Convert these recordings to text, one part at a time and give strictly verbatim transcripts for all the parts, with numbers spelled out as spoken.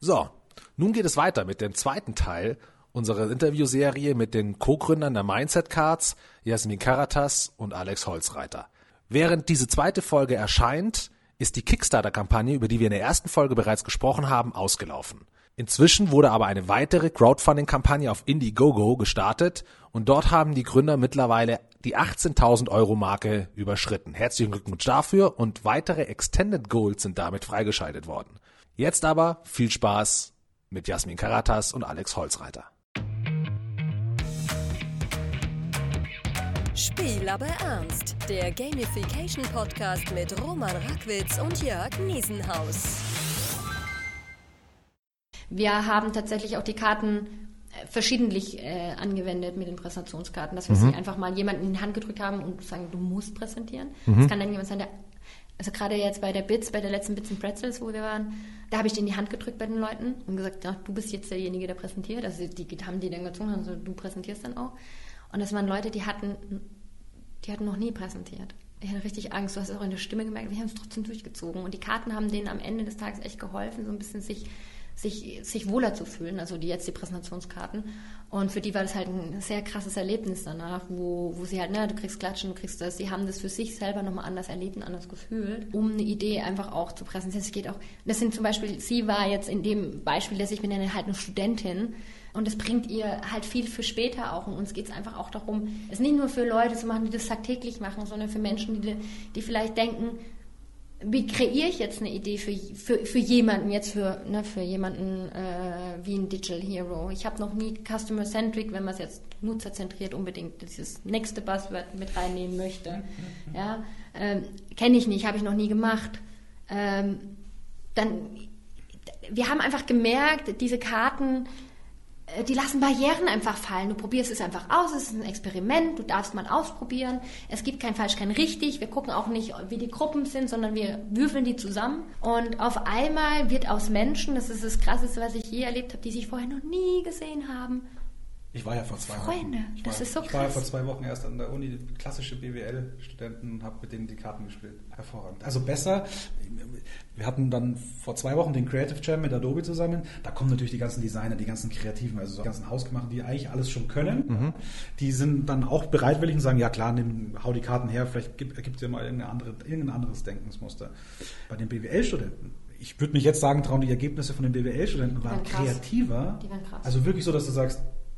So, nun geht es weiter mit dem zweiten Teil unserer Interviewserie mit den Co-Gründern der Mindset Cards, Jasmin Karatas und Alex Holzreiter. Während diese zweite Folge erscheint, ist die Kickstarter-Kampagne, über die wir in der ersten Folge bereits gesprochen haben, ausgelaufen. Inzwischen wurde aber eine weitere Crowdfunding-Kampagne auf Indiegogo gestartet und dort haben die Gründer mittlerweile die achtzehntausend Euro Marke überschritten. Herzlichen Glückwunsch dafür und weitere Extended Goals sind damit freigeschaltet worden. Jetzt aber viel Spaß mit Jasmin Karatas und Alex Holzreiter. Spiel aber ernst, der Gamification-Podcast mit Roman Rackwitz und Jörg Niesenhaus. Wir haben tatsächlich auch die Karten verschiedentlich äh, angewendet mit den Präsentationskarten, dass wir mhm. sie einfach mal jemanden in die Hand gedrückt haben und sagen, du musst präsentieren. Es mhm. kann dann jemand sein, der, also gerade jetzt bei der Bits, bei der letzten Bits and Pretzels, wo wir waren, da habe ich den in die Hand gedrückt bei den Leuten und gesagt, ja, du bist jetzt derjenige, der präsentiert. Also die, die haben die dann gezwungen, also du präsentierst dann auch. Und das waren Leute, die hatten, die hatten noch nie präsentiert. Ich hatte richtig Angst, du hast es auch in der Stimme gemerkt, wir haben es trotzdem durchgezogen. Und die Karten haben denen am Ende des Tages echt geholfen, so ein bisschen sich Sich, sich wohler zu fühlen, also die jetzt die Präsentationskarten. Und für die war das halt ein sehr krasses Erlebnis danach, wo, wo sie halt, na, du kriegst Klatschen, du kriegst das. Sie haben das für sich selber nochmal anders erlebt und anders gefühlt, um eine Idee einfach auch zu präsentieren. Es geht auch, das sind zum Beispiel, sie war jetzt in dem Beispiel, dass ich bin ja halt eine Studentin und das bringt ihr halt viel für später auch. Und uns geht es einfach auch darum, es nicht nur für Leute zu machen, die das tagtäglich machen, sondern für Menschen, die, die vielleicht denken, wie kreiere ich jetzt eine Idee für, für, für jemanden, jetzt für, ne, für jemanden äh, wie ein Digital Hero. Ich habe noch nie Customer-Centric, wenn man es jetzt nutzerzentriert unbedingt dieses nächste Buzzword mit reinnehmen möchte. Ja, ähm, kenne ich nicht, habe ich noch nie gemacht. Ähm, dann, wir haben einfach gemerkt, diese Karten, die lassen Barrieren einfach fallen. Du probierst es einfach aus, es ist ein Experiment, du darfst mal ausprobieren. Es gibt kein falsch, kein richtig. Wir gucken auch nicht, wie die Gruppen sind, sondern wir würfeln die zusammen. Und auf einmal wird aus Menschen, das ist das Krasseste, was ich je erlebt habe, die sich vorher noch nie gesehen haben, Ich war ja vor zwei Freunde, Wochen. Ich das war, ist so ich krass. war ja vor zwei Wochen erst an der Uni, klassische B W L-Studenten und habe mit denen die Karten gespielt. Hervorragend. Also besser, wir hatten dann vor zwei Wochen den Creative Jam mit Adobe zusammen. Da kommen natürlich die ganzen Designer, die ganzen Kreativen, also so die ganzen Hausgemachten, die eigentlich alles schon können. Mhm. Die sind dann auch bereitwillig und sagen, ja klar, nimm, hau die Karten her, vielleicht gibt es ja mal irgendeine andere, irgendein anderes Denkensmuster. Bei den B W L-Studenten, ich würde mich jetzt sagen, trauen die Ergebnisse von den B W L-Studenten waren, waren kreativer. Die waren krass. Also wirklich so, dass du sagst,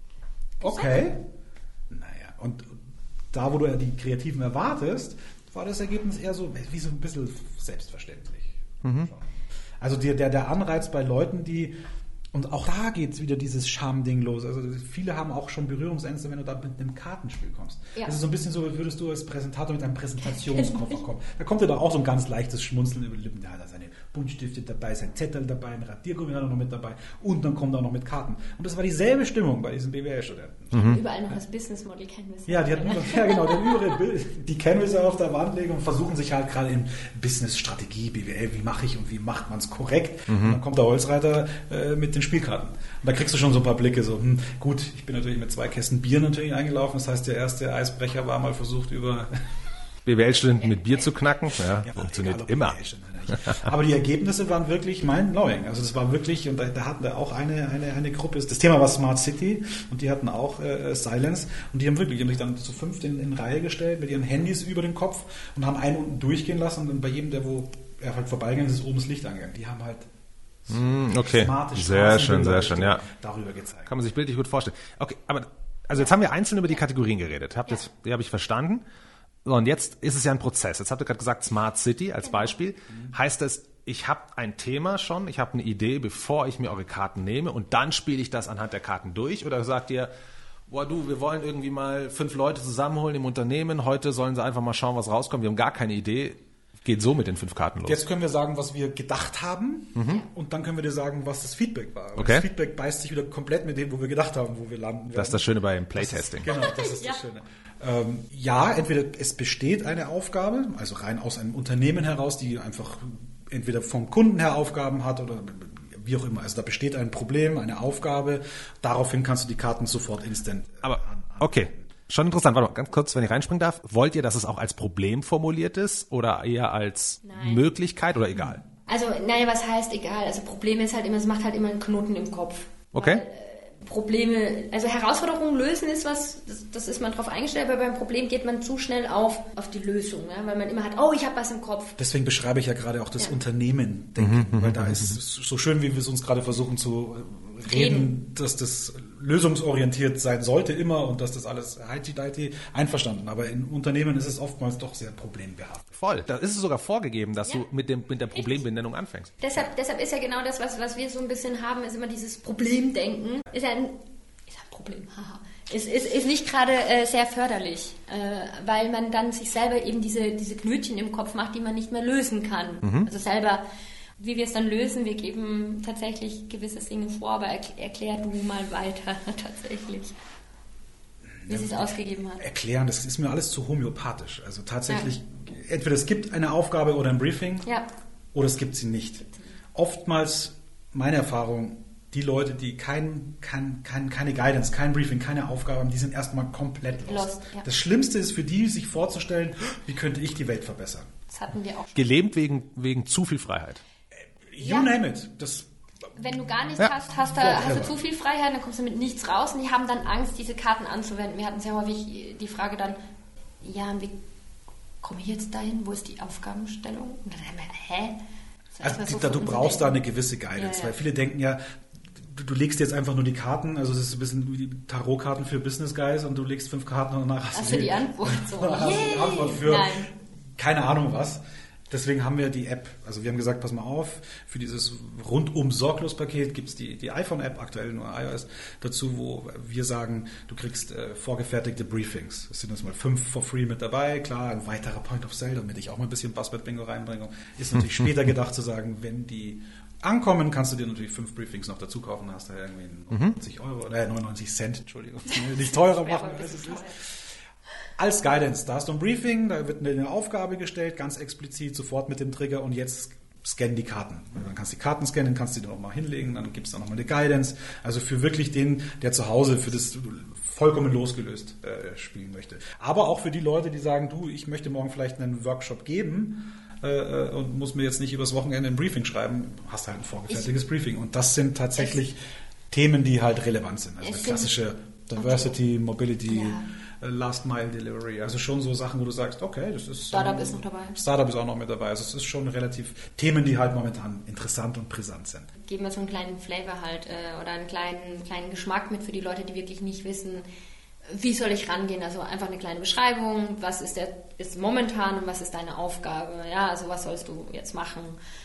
okay, naja, und da, wo du ja die Kreativen erwartest, war das Ergebnis eher so, wie so ein bisschen selbstverständlich. Mhm. Also der, der, der Anreiz bei Leuten, die, und auch da geht es wieder dieses Charme-Ding los. Also viele haben auch schon Berührungsängste, wenn du da mit einem Kartenspiel kommst. Ja. Das ist so ein bisschen so, als würdest du als Präsentator mit einem Präsentationskoffer kommen. Da kommt dir da auch so ein ganz leichtes Schmunzeln über die Lippen. Ja, da ist eine Buntstifte dabei, sein Zettel dabei, ein Radiergummi hat er noch mit dabei und dann kommt er auch noch mit Karten. Und das war dieselbe Stimmung bei diesen B W L-Studenten. Mhm. Überall noch das Business Model Canvas. Ja, die hatten ja genau, die, überall die Canvas auf der Wand legen und versuchen sich halt gerade in Business-Strategie, B W L, wie mache ich und wie macht man es korrekt. Mhm. Und dann kommt der Holzreiter äh, mit den Spielkarten. Und da kriegst du schon so ein paar Blicke, so, hm, gut, ich bin natürlich mit zwei Kästen Bier natürlich eingelaufen, das heißt, der erste Eisbrecher war mal versucht über B W L-Studenten mit Bier zu knacken, ja, ja funktioniert egal, immer. Aber die Ergebnisse waren wirklich mind-blowing. Also das war wirklich, und da, da hatten wir auch eine, eine, eine Gruppe, das Thema war Smart City und die hatten auch äh, Silence und die haben wirklich, die haben sich dann zu fünft in, in Reihe gestellt mit ihren Handys über den Kopf und haben einen unten durchgehen lassen und dann bei jedem, der wo er halt vorbeigegangen ist, ist oben das Licht angegangen. Die haben halt mm, okay, sehr schön, sehr schön, ja. Darüber gezeigt. Kann man sich bildlich gut vorstellen. Okay, aber also jetzt haben wir einzeln über die Kategorien geredet. Habt jetzt, die habe ich verstanden. So, und jetzt ist es ja ein Prozess. Jetzt habt ihr gerade gesagt, Smart City als Beispiel. Mhm. Heißt das, ich habe ein Thema schon, ich habe eine Idee, bevor ich mir eure Karten nehme und dann spiele ich das anhand der Karten durch? Oder sagt ihr, boah du, wir wollen irgendwie mal fünf Leute zusammenholen im Unternehmen, heute sollen sie einfach mal schauen, was rauskommt, wir haben gar keine Idee. Geht so mit den fünf Karten los. Jetzt können wir sagen, was wir gedacht haben mhm. und dann können wir dir sagen, was das Feedback war. Okay. Das Feedback beißt sich wieder komplett mit dem, wo wir gedacht haben, wo wir landen werden. Das ist das Schöne beim Playtesting. Das ist, genau, das ist ja. das Schöne. Ähm, ja, entweder es besteht eine Aufgabe, also rein aus einem Unternehmen heraus, die einfach entweder vom Kunden her Aufgaben hat oder wie auch immer. Also da besteht ein Problem, eine Aufgabe. Daraufhin kannst du die Karten sofort instant. Aber okay. Schon interessant. Warte mal, ganz kurz, wenn ich reinspringen darf. Wollt ihr, dass es auch als Problem formuliert ist oder eher als Nein. Möglichkeit oder egal? Also, naja, was heißt egal? Also Problem ist halt immer, es macht halt immer einen Knoten im Kopf. Okay. Weil, äh, Probleme, also Herausforderungen lösen ist was, das, das ist man drauf eingestellt, aber beim Problem geht man zu schnell auf, auf die Lösung, ja? Weil man immer hat, oh, ich habe was im Kopf. Deswegen beschreibe ich ja gerade auch das Ja. Unternehmen-Denken, weil da ist es so schön, wie wir es uns gerade versuchen zu reden, Reden. dass das lösungsorientiert sein sollte immer und dass das alles heiti-deiti einverstanden. Aber in Unternehmen ist es oftmals doch sehr problembehaftet. Voll. Da ist es sogar vorgegeben, dass Ja. du mit, dem, mit der Problembenennung anfängst. Deshalb, deshalb ist ja genau das, was, was wir so ein bisschen haben, ist immer dieses Problemdenken. Ist ja ein, ist ein Problem, haha. Ist, ist, ist nicht gerade äh, sehr förderlich, äh, weil man dann sich selber eben diese, diese Knötchen im Kopf macht, die man nicht mehr lösen kann. Mhm. Also selber, wie wir es dann lösen, wir geben tatsächlich gewisse Dinge vor, aber erkl- erklär du mal weiter tatsächlich, wie sie es ausgegeben hat. Erklären, das ist mir alles zu homöopathisch. Also tatsächlich, entweder es gibt eine Aufgabe oder ein Briefing Ja. oder es gibt sie nicht. Oftmals, meine Erfahrung, die Leute, die kein, kein, kein, keine Guidance, kein Briefing, keine Aufgabe haben, die sind erstmal komplett lost. Lost, ja. Das Schlimmste ist für die, sich vorzustellen, wie könnte ich die Welt verbessern. Das hatten wir auch schon. Gelähmt wegen, wegen zu viel Freiheit. You Ja. name it. Das, Wenn du gar nichts Ja. hast, hast du, Whatever. hast du zu viel Freiheit, dann kommst du mit nichts raus und die haben dann Angst, diese Karten anzuwenden. Wir hatten sehr häufig die Frage dann, ja, wie komme ich jetzt dahin? Wo ist die Aufgabenstellung? Und dann haben wir, hä? Das also war so da, du für uns brauchst da denken. eine gewisse Guidance, Ja, ja. weil viele denken ja, du, du legst jetzt einfach nur die Karten, also das ist ein bisschen wie die Tarotkarten für Business Guys und du legst fünf Karten und danach hast Hast du du die Antwort? So, hast du die yay! Antwort für Nein. keine Ahnung was. Deswegen haben wir die App. Also wir haben gesagt, pass mal auf, für dieses rundum Sorglos-Paket gibt es die, die iPhone-App, aktuell nur iOS, dazu, wo wir sagen, du kriegst äh, vorgefertigte Briefings. Es sind jetzt mal fünf for free mit dabei. Klar, ein weiterer Point of Sale, damit ich auch mal ein bisschen Buzzword-Bingo reinbringe. Ist natürlich später gedacht zu sagen, wenn die ankommen, kannst du dir natürlich fünf Briefings noch dazu kaufen, hast da irgendwie neunundneunzig Euro, äh, neunundneunzig Cent, Entschuldigung, nicht teurer machen, als es ist. Als Guidance, da hast du ein Briefing, da wird eine Aufgabe gestellt, ganz explizit, sofort mit dem Trigger und jetzt scannen die Karten. Dann kannst du die Karten scannen, kannst du die noch mal hinlegen, dann gibt es da nochmal eine Guidance. Also für wirklich den, der zu Hause für das vollkommen losgelöst äh, spielen möchte. Aber auch für die Leute, die sagen, du, ich möchte morgen vielleicht einen Workshop geben äh, und muss mir jetzt nicht übers Wochenende ein Briefing schreiben, hast halt ein vorgefertigtes Briefing. Und das sind tatsächlich Themen, die halt relevant sind. Also Es eine sind- klassische Diversity, Mobility, Ja. Last Mile Delivery, also schon so Sachen, wo du sagst, okay, das ist... Startup ähm, ist noch dabei. Startup ist auch noch mit dabei. Also es ist schon relativ Themen, die halt momentan interessant und brisant sind. Geben wir so einen kleinen Flavor halt äh, oder einen kleinen, kleinen Geschmack mit für die Leute, die wirklich nicht wissen, wie soll ich rangehen. Also einfach eine kleine Beschreibung, was ist, der, ist momentan und was ist deine Aufgabe. Ja, also was sollst du jetzt machen.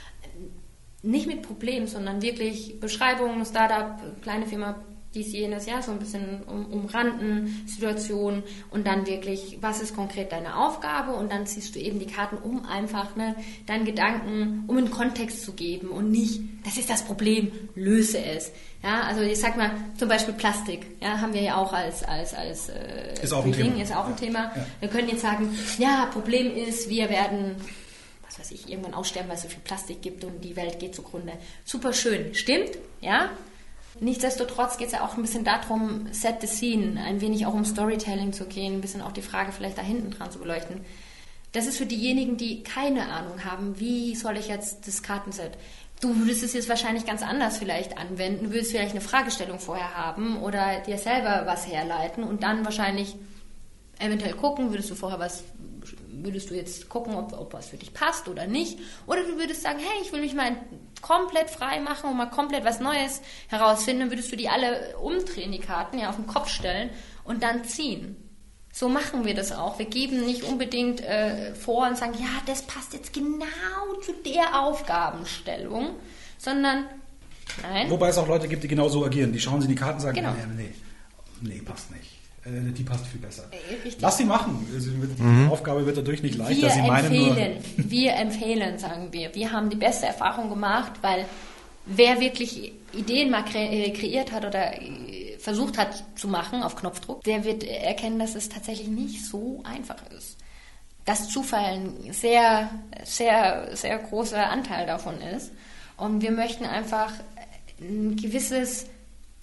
Nicht mit Problemen, sondern wirklich Beschreibung, Startup, kleine Firma, dies, jenes, ja, so ein bisschen um, umranden, Situation und dann wirklich, was ist konkret deine Aufgabe und dann ziehst du eben die Karten, um einfach ne, deinen Gedanken, um einen Kontext zu geben und nicht, das ist das Problem, löse es. Ja, also ich sag mal, zum Beispiel Plastik, ja, haben wir ja auch als, als, als äh, Ist auch ein Briefing, Thema. ist auch ein Thema. Ja. Wir können jetzt sagen, ja, Problem ist, wir werden was weiß ich, irgendwann aussterben, weil es so viel Plastik gibt und die Welt geht zugrunde. Super schön, stimmt, ja. Nichtsdestotrotz geht es ja auch ein bisschen darum, set the scene, ein wenig auch um Storytelling zu gehen, ein bisschen auch die Frage vielleicht da hinten dran zu beleuchten. Das ist für diejenigen, die keine Ahnung haben, wie soll ich jetzt das Kartenset. Du würdest es jetzt wahrscheinlich ganz anders vielleicht anwenden, du würdest vielleicht eine Fragestellung vorher haben oder dir selber was herleiten und dann wahrscheinlich eventuell gucken, würdest du vorher was, würdest du jetzt gucken, ob, ob was für dich passt oder nicht. Oder du würdest sagen, hey, ich will mich mal komplett frei machen und mal komplett was Neues herausfinden. Dann würdest du die alle umdrehen, die Karten, ja, auf den Kopf stellen und dann ziehen. So machen wir das auch. Wir geben nicht unbedingt äh, vor und sagen, ja, das passt jetzt genau zu der Aufgabenstellung, sondern nein. Wobei es auch Leute gibt, die genau so agieren. Die schauen sich die Karten und sagen, Genau. nee, nee, nee, passt nicht. Äh, Die passt viel besser. Äh, richtig. Lass sie machen. Also die Aufgabe wird dadurch nicht leichter. Wir Sie meinen nur, empfehlen, wir empfehlen, sagen wir. Wir haben die beste Erfahrung gemacht, weil wer wirklich Ideen mal kre äh, kreiert hat oder äh, versucht hat zu machen auf Knopfdruck, der wird erkennen, dass es tatsächlich nicht so einfach ist. Dass Zufall ein sehr, sehr, sehr großer Anteil davon ist. Und wir möchten einfach ein gewisses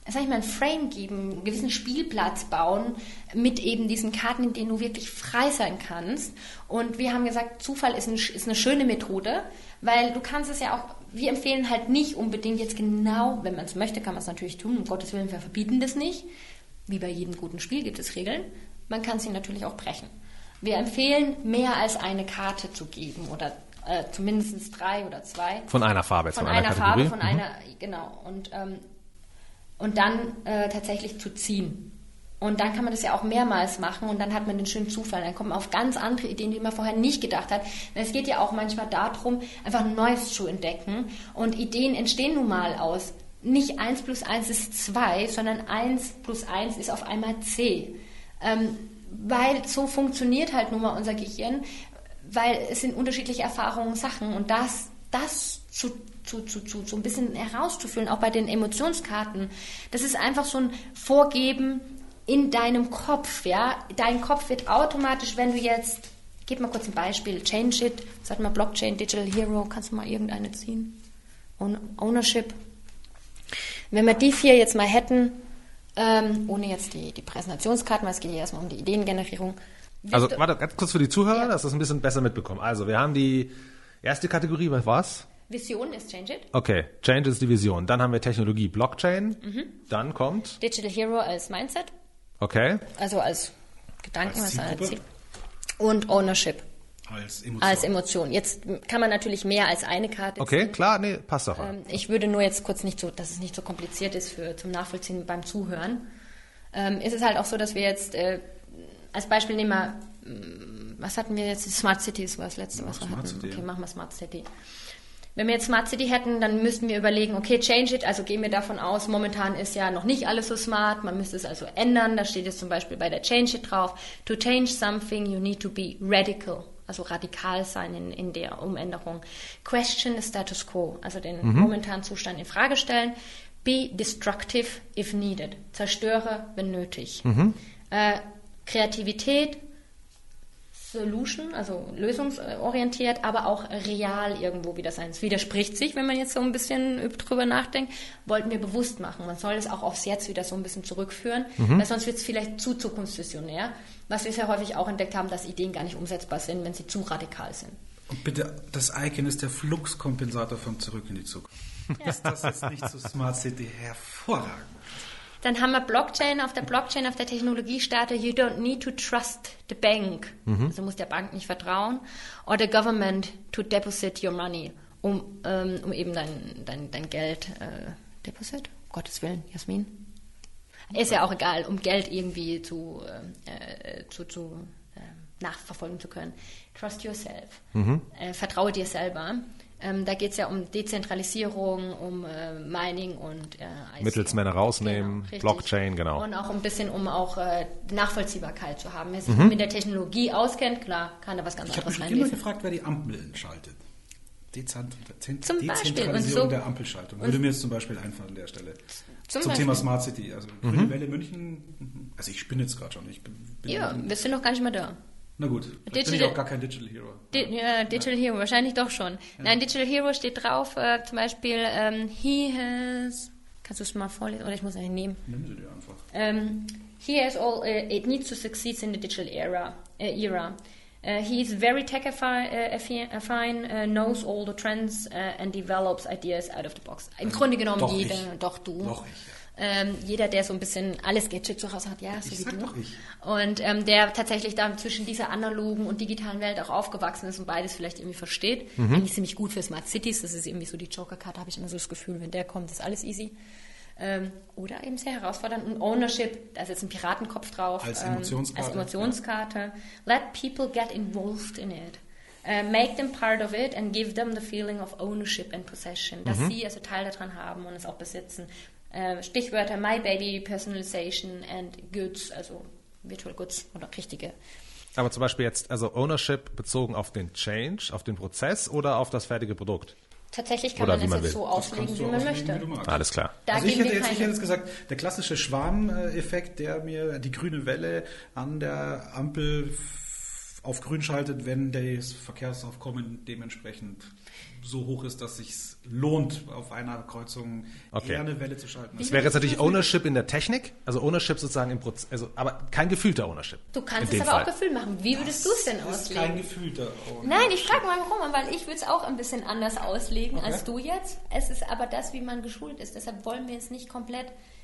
sag ich mal, ein Frame geben, einen gewissen Spielplatz bauen mit eben diesen Karten, in denen du wirklich frei sein kannst. Und wir haben gesagt, Zufall ist, ein, ist eine schöne Methode, weil du kannst es ja auch, wir empfehlen halt nicht unbedingt jetzt genau, wenn man es möchte, kann man es natürlich tun, um Gottes Willen, wir verbieten das nicht. Wie bei jedem guten Spiel gibt es Regeln. Man kann sie natürlich auch brechen. Wir empfehlen, mehr als eine Karte zu geben oder äh, zumindest drei oder zwei. Von einer Farbe, von, von einer, einer Farbe, Kategorie. von mhm. einer, genau. Und, ähm, und dann äh, tatsächlich zu ziehen. Und dann kann man das ja auch mehrmals machen und dann hat man den schönen Zufall. Dann kommt man auf ganz andere Ideen, die man vorher nicht gedacht hat. Weil es geht ja auch manchmal darum, einfach Neues zu entdecken. Und Ideen entstehen nun mal aus. Nicht eins plus eins ist zwei, sondern eins plus eins ist auf einmal C. Ähm, weil so funktioniert halt nun mal unser Gehirn, weil es sind unterschiedliche Erfahrungen, Sachen und das, das zu, zu, zu, zu, so ein bisschen herauszuführen, auch bei den Emotionskarten, das ist einfach so ein Vorgeben in deinem Kopf, ja. Dein Kopf wird automatisch, wenn du jetzt, gib mal kurz ein Beispiel, Change It, sag mal Blockchain, Digital Hero, kannst du mal irgendeine ziehen? Ownership. Wenn wir die vier jetzt mal hätten, ähm, ohne jetzt die, die Präsentationskarten, weil es geht ja erstmal um die Ideengenerierung. Also, warte, ganz kurz für die Zuhörer, ja. dass das ein bisschen besser mitbekommen. Also, wir haben die erste Kategorie, was war's? Vision ist Change It. Okay, Change ist die Vision. Dann haben wir Technologie, Blockchain. Mhm. Dann kommt Digital Hero als Mindset. Okay. Also als Gedanken, als als Ziel. Und Ownership. Als Emotion. Als Emotion. Jetzt kann man natürlich mehr als eine Karte Okay, ziehen. klar, nee, passt doch. Ähm, ich würde nur jetzt kurz nicht so, dass es nicht so kompliziert ist für, zum Nachvollziehen beim Zuhören. Ähm, ist es halt auch so, dass wir jetzt äh, als Beispiel nehmen wir, was hatten wir jetzt? Smart Cities war das letzte, was wir Smart hatten. City, Okay, ja. machen wir Smart City. Wenn wir jetzt Smart City hätten, dann müssten wir überlegen, okay, change it, also gehen wir davon aus, momentan ist ja noch nicht alles so smart, man müsste es also ändern, da steht jetzt zum Beispiel bei der Change it drauf, to change something you need to be radical, also radikal sein in, in der Umänderung. Question the status quo, also den mhm. momentanen Zustand in Frage stellen. Be destructive if needed, zerstöre, wenn nötig. Mhm. Äh, Kreativität, Solution, also lösungsorientiert, aber auch real irgendwo wieder sein. Es widerspricht sich, wenn man jetzt so ein bisschen drüber nachdenkt, wollten wir bewusst machen. Man soll es auch aufs Jetzt wieder so ein bisschen zurückführen, mhm. weil sonst wird es vielleicht zu zukunftsvisionär, was wir sehr häufig auch entdeckt haben, dass Ideen gar nicht umsetzbar sind, wenn sie zu radikal sind. Und bitte, das Icon ist der Fluxkompensator von Zurück in die Zukunft. Ja. Ist das jetzt nicht so Smart City hervorragend? Dann haben wir Blockchain, auf der Blockchain, auf der Technologiestarte, you don't need to trust the bank. Mhm. Also du musst der Bank nicht vertrauen. Or the government to deposit your money, um, ähm, um eben dein, dein, dein Geld, äh, deposit? Um Gottes Willen, Jasmin? Ist ja auch egal, um Geld irgendwie zu, äh, zu, zu äh, nachverfolgen zu können. Trust yourself. Mhm. Äh, vertraue dir selber. Ähm, da geht es ja um Dezentralisierung, um äh, Mining und äh, Mittelsmänner rausnehmen, genau, Blockchain, genau. Und auch ein bisschen, um auch äh, Nachvollziehbarkeit zu haben. Wer sich mhm. mit der Technologie auskennt, klar, kann da was ganz ich anderes reinlesen. Ich habe mich immer gefragt, wer die Ampeln schaltet. Dezent- Dezent- zum Dezentralisierung Beispiel. So, der Ampelschaltung. Würde mir jetzt zum Beispiel einfallen an der Stelle. Zum, zum Beispiel. Thema Smart City. Also mhm. Grüne Welle München, also ich spinne jetzt gerade schon. Ich bin, bin ja, wir sind noch gar nicht mehr da. Na gut, Digital, bin ich auch gar kein Digital Hero. Di- ja, Digital ja. Hero, wahrscheinlich doch schon. Ja. Nein, Digital Hero steht drauf, äh, zum Beispiel, ähm, he has, kannst du es mal vorlesen, oder ich muss einen nehmen. Nimm sie dir einfach. Um, he has all, uh, it needs to succeed in the digital era. Uh, era. Uh, he is very tech-affine, uh, knows all the trends uh, and develops ideas out of the box. Im also Grunde genommen doch jeder, ich. doch du. Doch ich, ja. Ähm, jeder, der so ein bisschen alles Gadget zu Hause hat, ja, so ich wie sag du. Doch ich. Und ähm, der tatsächlich da zwischen dieser analogen und digitalen Welt auch aufgewachsen ist und beides vielleicht irgendwie versteht. Mhm. Eigentlich ziemlich gut für Smart Cities. Das ist irgendwie so die Joker-Karte, habe ich immer so das Gefühl, wenn der kommt, ist alles easy. Ähm, oder eben sehr herausfordernd. Und Ownership, da ist jetzt ein Piratenkopf drauf. Als Emotionskarte. Ähm, als Emotionskarte. Ja. Let people get involved in it. Uh, make them part of it and give them the feeling of ownership and possession. Dass mhm. sie also Teil daran haben und es auch besitzen. Uh, Stichwörter My Baby, Personalization and Goods, also Virtual Goods oder richtige. Aber zum Beispiel jetzt, also Ownership bezogen auf den Change, auf den Prozess oder auf das fertige Produkt? Tatsächlich kann Oder man es man jetzt will. so auslegen, wie man möchte. Wie Alles klar. Da also ich geben hätte, wir jetzt, ich keine- hätte jetzt gesagt, der klassische Schwarm-Effekt, der mir die grüne Welle an der Ampel f- auf grün schaltet, wenn das Verkehrsaufkommen dementsprechend so hoch ist, dass sich lohnt, auf einer Kreuzung okay. eher eine Welle zu schalten. Das wäre jetzt natürlich Ownership in der Technik, also Ownership sozusagen im Prozess, also, aber kein gefühlter Ownership. Du kannst es aber Fall. auch Gefühl machen. Wie würdest du es denn auslegen? Das ist kein gefühlter Ownership. Nein, ich frage mal warum, weil ich würde es auch ein bisschen anders auslegen okay. als du jetzt. Es ist aber das, wie man geschult ist. Deshalb wollen wir es nicht komplett...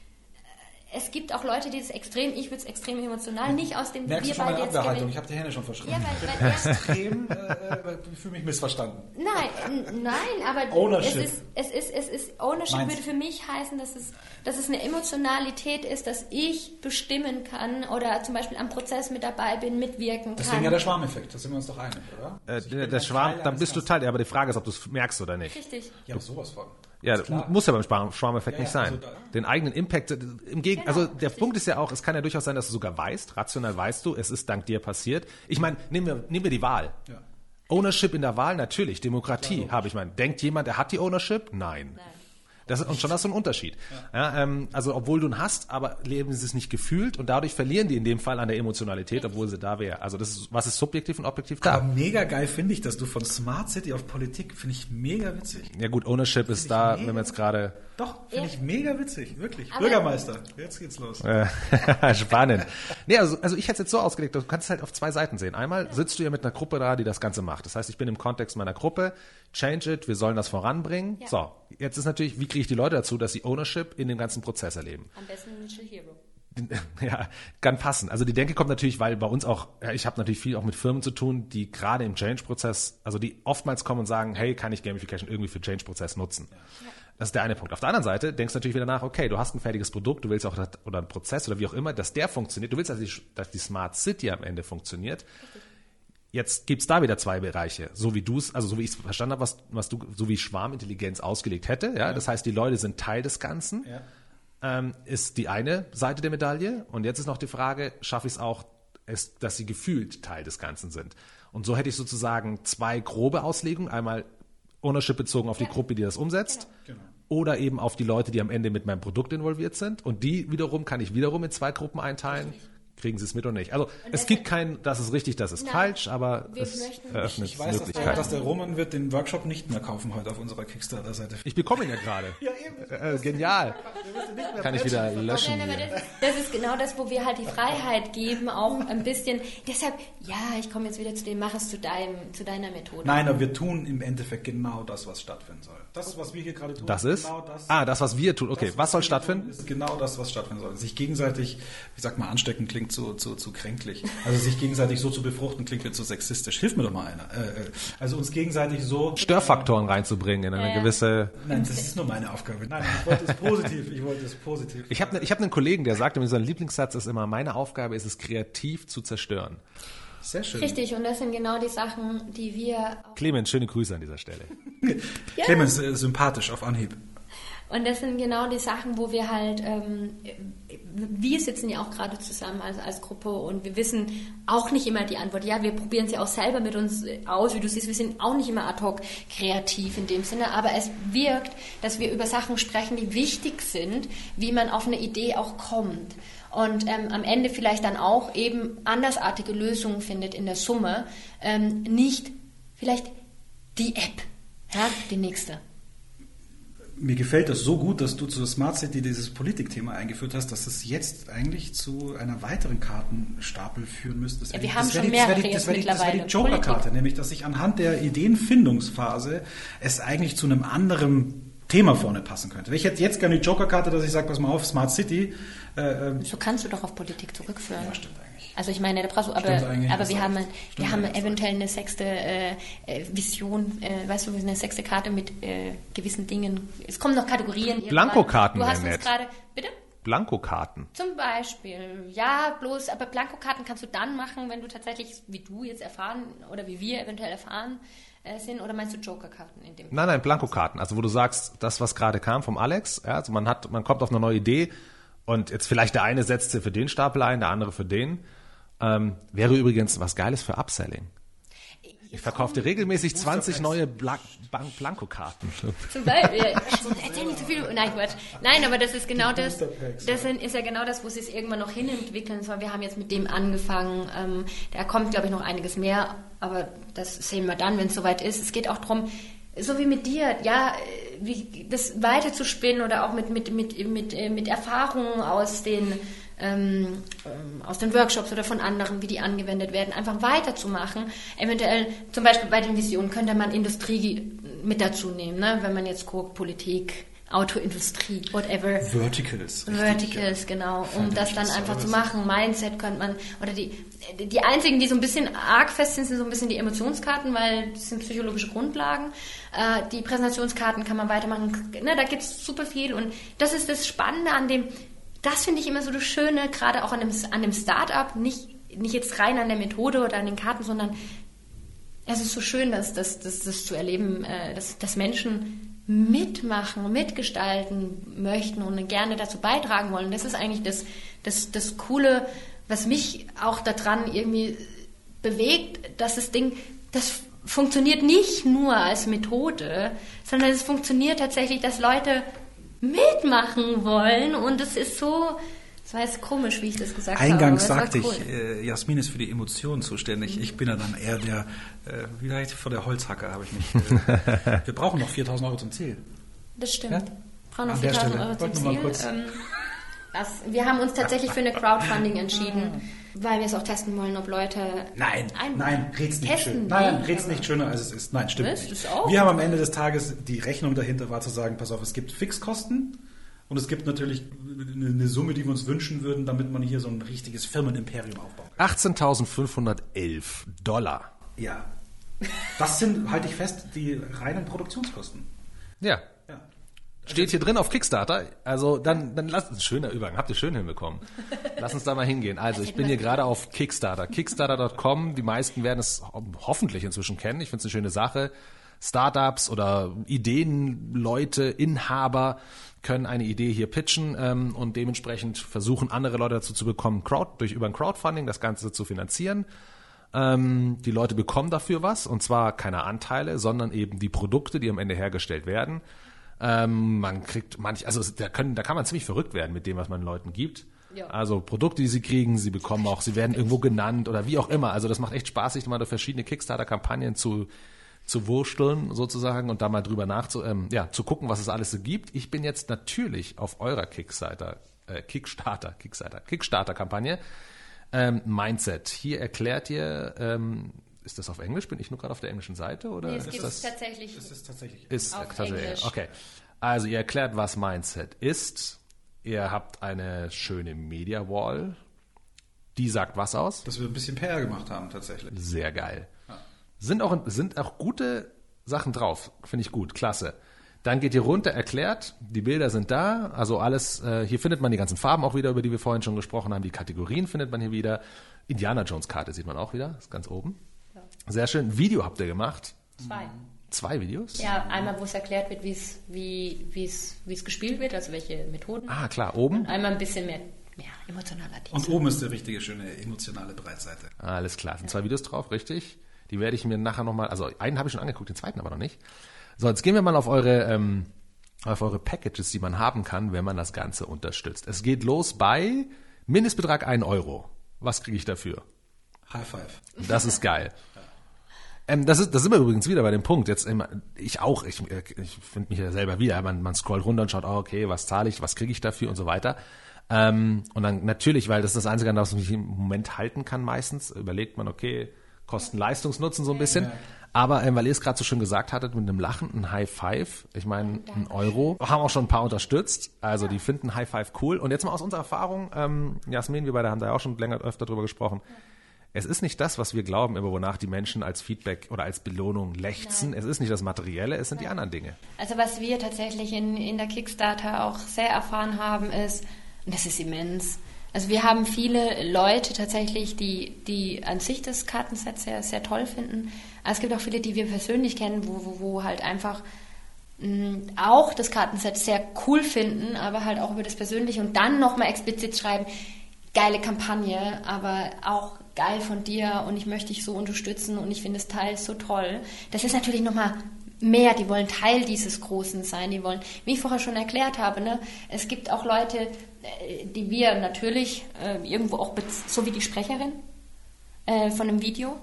Es gibt auch Leute, die es extrem, ich würde es extrem emotional, nicht aus dem... Merkst du schon meine Abwehrhaltung? Ich habe die Hände schon verschrieben. Ja, weil, weil extrem, äh, ich fühle mich missverstanden. Nein, nein, aber Ownership. es ist, es ist, es ist, Ownership Meinst? würde für mich heißen, dass es, dass es eine Emotionalität ist, dass ich bestimmen kann oder zum Beispiel am Prozess mit dabei bin, mitwirken kann. Deswegen ja der Schwarmeffekt, da sind wir uns doch einig, oder? Äh, der der Schwarm, dann bist du Teil, aber die Frage ist, ob du es merkst oder nicht. Richtig. Ja, aber sowas von. Ja, muss ja beim Schwarmeffekt ja, nicht sein. Also den eigenen Impact, im Gegen, genau, also der richtig. Punkt ist ja auch, es kann ja durchaus sein, dass du sogar weißt, rational weißt du, es ist dank dir passiert. Ich meine, nehmen wir, nehmen wir die Wahl. Ja. Ownership in der Wahl, natürlich. Demokratie habe ich meine. Denkt jemand, er hat die Ownership? Nein. Nein. Das ist, und schon das ist so ein Unterschied. Ja. Ja, ähm, also obwohl du ihn hast, aber leben sie es nicht gefühlt und dadurch verlieren die in dem Fall an der Emotionalität, obwohl sie da wäre. Also das ist, was ist subjektiv und objektiv da? Aber mega geil finde ich, dass du von Smart City auf Politik, finde ich mega witzig. Ja gut, Ownership ist da, wenn wir jetzt gerade... Doch, finde ja. ich mega witzig, wirklich. Aber Bürgermeister, jetzt geht's los. Spannend. Nee, also, also ich hätte es jetzt so ausgelegt, du kannst es halt auf zwei Seiten sehen. Einmal sitzt du ja mit einer Gruppe da, die das Ganze macht. Das heißt, ich bin im Kontext meiner Gruppe, change it, wir sollen das voranbringen. Ja. So, jetzt ist natürlich, wie kriege ich die Leute dazu, dass sie Ownership in dem ganzen Prozess erleben? Am besten ein Digital Hero. Ja, kann passen. Also die Denke kommt natürlich, weil bei uns auch, ja, ich habe natürlich viel auch mit Firmen zu tun, die gerade im Change-Prozess, also die oftmals kommen und sagen, hey, kann ich Gamification irgendwie für Change-Prozess nutzen? Ja. Das ist der eine Punkt. Auf der anderen Seite denkst du natürlich wieder nach, okay, du hast ein fertiges Produkt, du willst auch, oder ein Prozess oder wie auch immer, dass der funktioniert. Du willst, dass die, dass die Smart City am Ende funktioniert. Jetzt gibt's da wieder zwei Bereiche. So wie du es, also so wie ich es verstanden habe, was, was du, so wie Schwarmintelligenz ausgelegt hätte. Ja? ja. Das heißt, die Leute sind Teil des Ganzen. Ja. Ähm, ist die eine Seite der Medaille. Und jetzt ist noch die Frage, schaffe ich es auch, ist, dass sie gefühlt Teil des Ganzen sind. Und so hätte ich sozusagen zwei grobe Auslegungen. Einmal Ownership bezogen auf die ja. Gruppe, die das umsetzt. Genau. Genau. Oder eben auf die Leute, die am Ende mit meinem Produkt involviert sind. Und die wiederum kann ich wiederum in zwei Gruppen einteilen. Richtig. Kriegen sie es mit oder nicht. Also und es gibt kein, das ist richtig, das ist Nein, falsch, aber es eröffnet ich weiß, Möglichkeiten. Dass der, dass der Roman wird den Workshop nicht mehr kaufen heute auf unserer Kickstarter-Seite. Ich bekomme ihn ja gerade. Ja, eben. Äh, genial. Kann ich wieder löschen. Nein, das, das ist genau das, wo wir halt die Freiheit geben, auch ein bisschen. Deshalb, ja, ich komme jetzt wieder zu dem, mach es zu, deinem, zu deiner Methode. Nein, aber wir tun im Endeffekt genau das, was stattfinden soll. Das, was wir hier gerade tun. Das ist? Genau das, ah, das, was wir tun. Okay, das, was, was soll stattfinden? Ist genau das, was stattfinden soll. Sich gegenseitig, ich sag mal, anstecken klingt zu, zu, zu kränklich. Also sich gegenseitig so zu befruchten klingt jetzt so sexistisch. Hilf mir doch mal einer. Äh, also uns gegenseitig so... Störfaktoren reinzubringen in eine äh, gewisse... Nein, das ist nur meine Aufgabe. Nein, ich wollte es positiv. Ich wollte es positiv. Ich habe ich hab einen Kollegen, der sagt, sein Lieblingssatz ist immer, meine Aufgabe ist es, kreativ zu zerstören. Sehr schön. Richtig, und das sind genau die Sachen, die wir... Clemens, schöne Grüße an dieser Stelle. Ja. Clemens, äh, sympathisch auf Anhieb. Und das sind genau die Sachen, wo wir halt, ähm, wir sitzen ja auch gerade zusammen als, als Gruppe und wir wissen auch nicht immer die Antwort. Ja, wir probieren sie auch selber mit uns aus, wie du siehst, wir sind auch nicht immer ad hoc kreativ in dem Sinne, aber es wirkt, dass wir über Sachen sprechen, die wichtig sind, wie man auf eine Idee auch kommt. Und ähm, am Ende vielleicht dann auch eben andersartige Lösungen findet in der Summe, ähm, nicht vielleicht die App, ja, die nächste. Mir gefällt das so gut, dass du zur Smart City dieses Politikthema eingeführt hast, dass es jetzt eigentlich zu einer weiteren Kartenstapel führen müsste. Das ja, wir haben schon mehrere jetzt Das wäre die, wär die Joker-Karte, nämlich dass sich anhand der Ideenfindungsphase es eigentlich zu einem anderen Thema vorne passen könnte. Ich hätte jetzt gerne die Joker-Karte, dass ich sage, pass mal auf, Smart City. Äh, so kannst du doch auf Politik zurückführen. Ja, stimmt eigentlich. Also ich meine, da brauchst du, aber, aber wir haben, wir haben eventuell eine sechste äh, Vision, äh, weißt du, eine sechste Karte mit äh, gewissen Dingen. Es kommen noch Kategorien. Blankokarten. Du hast uns gerade, bitte? Blankokarten. Zum Beispiel, ja, bloß, aber Blankokarten kannst du dann machen, wenn du tatsächlich, wie du jetzt erfahren oder wie wir eventuell erfahren äh, sind, oder meinst du Jokerkarten in dem? Nein, nein, Blankokarten. Also wo du sagst, das, was gerade kam vom Alex, ja, also man hat, man kommt auf eine neue Idee und jetzt vielleicht der eine setzt sie für den Stapel ein, der andere für den. Ähm, wäre übrigens was Geiles für Upselling. Ich verkaufte regelmäßig zwanzig neue Bla- Blan- Blankokarten. Zum Beispiel. Erzähl nicht zu viel. Nein, Quatsch. Nein, aber das ist genau das. Das ist ja genau das, wo es sich irgendwann noch hinentwickeln soll. Wir haben jetzt mit dem angefangen. Da kommt, glaube ich, noch einiges mehr. Aber das sehen wir dann, wenn es soweit ist. Es geht auch darum, so wie mit dir, ja, wie das weiter zu spinnen oder auch mit, mit, mit, mit, mit Erfahrungen aus den, ähm, aus den Workshops oder von anderen, wie die angewendet werden, einfach weiterzumachen. Eventuell, zum Beispiel bei den Visionen könnte man Industrie mit dazu nehmen, ne? Wenn man jetzt guckt, Politik, Autoindustrie, whatever. Verticals. Richtig, Verticals, ja. genau, um das dann einfach zu machen. Mindset könnte man, oder die, die einzigen, die so ein bisschen arg fest sind, sind so ein bisschen die Emotionskarten, weil das sind psychologische Grundlagen. Äh, die Präsentationskarten kann man weitermachen, ne, da gibt es super viel und das ist das Spannende an dem, das finde ich immer so das Schöne, gerade auch an dem, an dem Start-up, nicht, nicht jetzt rein an der Methode oder an den Karten, sondern es ist so schön, dass, dass, dass, das zu erleben, äh, dass, dass Menschen mitmachen, mitgestalten möchten und gerne dazu beitragen wollen. Das ist eigentlich das, das, das Coole, was mich auch daran irgendwie bewegt, dass das Ding, das funktioniert nicht nur als Methode, sondern es funktioniert tatsächlich, dass Leute mitmachen wollen und es ist so, das war jetzt komisch, wie ich das gesagt Eingangs habe. Eingangs sagte cool. ich, äh, Jasmin ist für die Emotionen zuständig. Ich bin ja dann eher der, äh, wie heißt vor der Holzhacke habe ich mich. Äh, wir brauchen noch viertausend Euro zum Ziel. Das stimmt. Ja? Wir brauchen noch An der viertausend Stelle. Euro zum Wollten wir mal Ziel. kurz- Ähm, das, wir haben uns tatsächlich für eine Crowdfunding entschieden, weil wir es auch testen wollen, ob Leute Nein, ein- nein, red's nicht testen schön. Nein, wollen, red's aber- nicht schöner, als es ist. Nein, stimmt Was? nicht. Das auch? Wir haben am Ende des Tages, die Rechnung dahinter war zu sagen, pass auf, es gibt Fixkosten und es gibt natürlich eine, eine Summe, die wir uns wünschen würden, damit man hier so ein richtiges Firmenimperium aufbaut. achtzehntausendfünfhundertelf Dollar. Ja. Das sind, halte ich fest, die reinen Produktionskosten. Ja. Ja. Steht hier drin auf Kickstarter. Also dann, dann lasst uns, schöner Übergang, habt ihr schön hinbekommen. Lass uns da mal hingehen. Also ich bin hier gerade auf Kickstarter. Kickstarter Punkt com, die meisten werden es hoffentlich inzwischen kennen. Ich finde es eine schöne Sache. Startups oder Ideenleute, Inhaber können eine Idee hier pitchen ähm, und dementsprechend versuchen, andere Leute dazu zu bekommen, Crowd, durch über ein Crowdfunding das Ganze zu finanzieren. Ähm, die Leute bekommen dafür was, und zwar keine Anteile, sondern eben die Produkte, die am Ende hergestellt werden. Ähm, man kriegt manch, also da können, da kann man ziemlich verrückt werden mit dem, was man Leuten gibt. Ja. Also Produkte, die sie kriegen, sie bekommen auch, sie werden irgendwo genannt oder wie auch immer. Also das macht echt Spaß, sich mal durch verschiedene Kickstarter-Kampagnen zu zu wursteln sozusagen und da mal drüber nachzu, ähm, ja, zu gucken, was es alles so gibt. Ich bin jetzt natürlich auf eurer Kickstarter, äh, Kickstarter, Kickstarter, Kickstarter-Kampagne ähm, Mindset. Hier erklärt ihr, ähm, ist das auf Englisch? Bin ich nur gerade auf der englischen Seite oder Nee, es ist gibt das tatsächlich. Das ist tatsächlich. ist auf tatsächlich Englisch. okay. Also ihr erklärt, was Mindset ist. Ihr habt eine schöne Media Wall. Die sagt was aus? Dass wir ein bisschen P R gemacht haben, tatsächlich. Sehr geil. Sind auch, sind auch gute Sachen drauf. Finde ich gut. Klasse. Dann geht ihr runter, erklärt. Die Bilder sind da. Also alles, äh, hier findet man die ganzen Farben auch wieder, über die wir vorhin schon gesprochen haben. Die Kategorien findet man hier wieder. Indiana Jones Karte sieht man auch wieder. Ist ganz oben. Ja. Sehr schön. Video habt ihr gemacht. Zwei. Zwei Videos? Ja, einmal, wo es erklärt wird, wie es, wie, wie es, wie es gespielt wird, also welche Methoden. Ah, klar. Oben? Und einmal ein bisschen mehr, mehr emotionaler Dienst. Und oben ist die richtige, schöne, emotionale Breitseite. Alles klar. Sind zwei Videos drauf, richtig? Die werde ich mir nachher nochmal, also einen habe ich schon angeguckt, den zweiten aber noch nicht. So, jetzt gehen wir mal auf eure, ähm, auf eure Packages, die man haben kann, wenn man das Ganze unterstützt. Es geht los bei Mindestbetrag ein Euro. Was kriege ich dafür? High five. Das ist geil. Ähm, das ist, das sind wir übrigens wieder bei dem Punkt. Jetzt immer, ich auch, ich, ich finde mich ja selber wieder. Man, man scrollt runter und schaut, oh, okay, was zahle ich, was kriege ich dafür und so weiter. Ähm, und dann natürlich, weil das ist das Einzige, an das man sich im Moment halten kann meistens, überlegt man, okay, Kosten-Leistungsnutzen so ein bisschen. Aber ähm, weil ihr es gerade so schön gesagt hattet, mit einem Lachen, ein High Five, ich meine, ein Euro, haben auch schon ein paar unterstützt. Also die finden High Five cool. Und jetzt mal aus unserer Erfahrung, ähm, Jasmin, wir beide haben da ja auch schon länger öfter drüber gesprochen. Es ist nicht das, was wir glauben, immer wonach die Menschen als Feedback oder als Belohnung lechzen. Nein. Es ist nicht das Materielle, es sind Nein. die anderen Dinge. Also was wir tatsächlich in, in der Kickstarter auch sehr erfahren haben, ist, und das ist immens, also wir haben viele Leute tatsächlich, die, die an sich das Kartenset sehr, sehr toll finden. Aber es gibt auch viele, die wir persönlich kennen, wo, wo, wo halt einfach mh, auch das Kartenset sehr cool finden, aber halt auch über das Persönliche und dann nochmal explizit schreiben, geile Kampagne, aber auch geil von dir und ich möchte dich so unterstützen und ich finde das Teil so toll. Das ist natürlich nochmal mehr, die wollen Teil dieses Großen sein, die wollen, wie ich vorher schon erklärt habe, ne, es gibt auch Leute, die wir natürlich äh, irgendwo auch, bez- so wie die Sprecherin äh, von einem Video,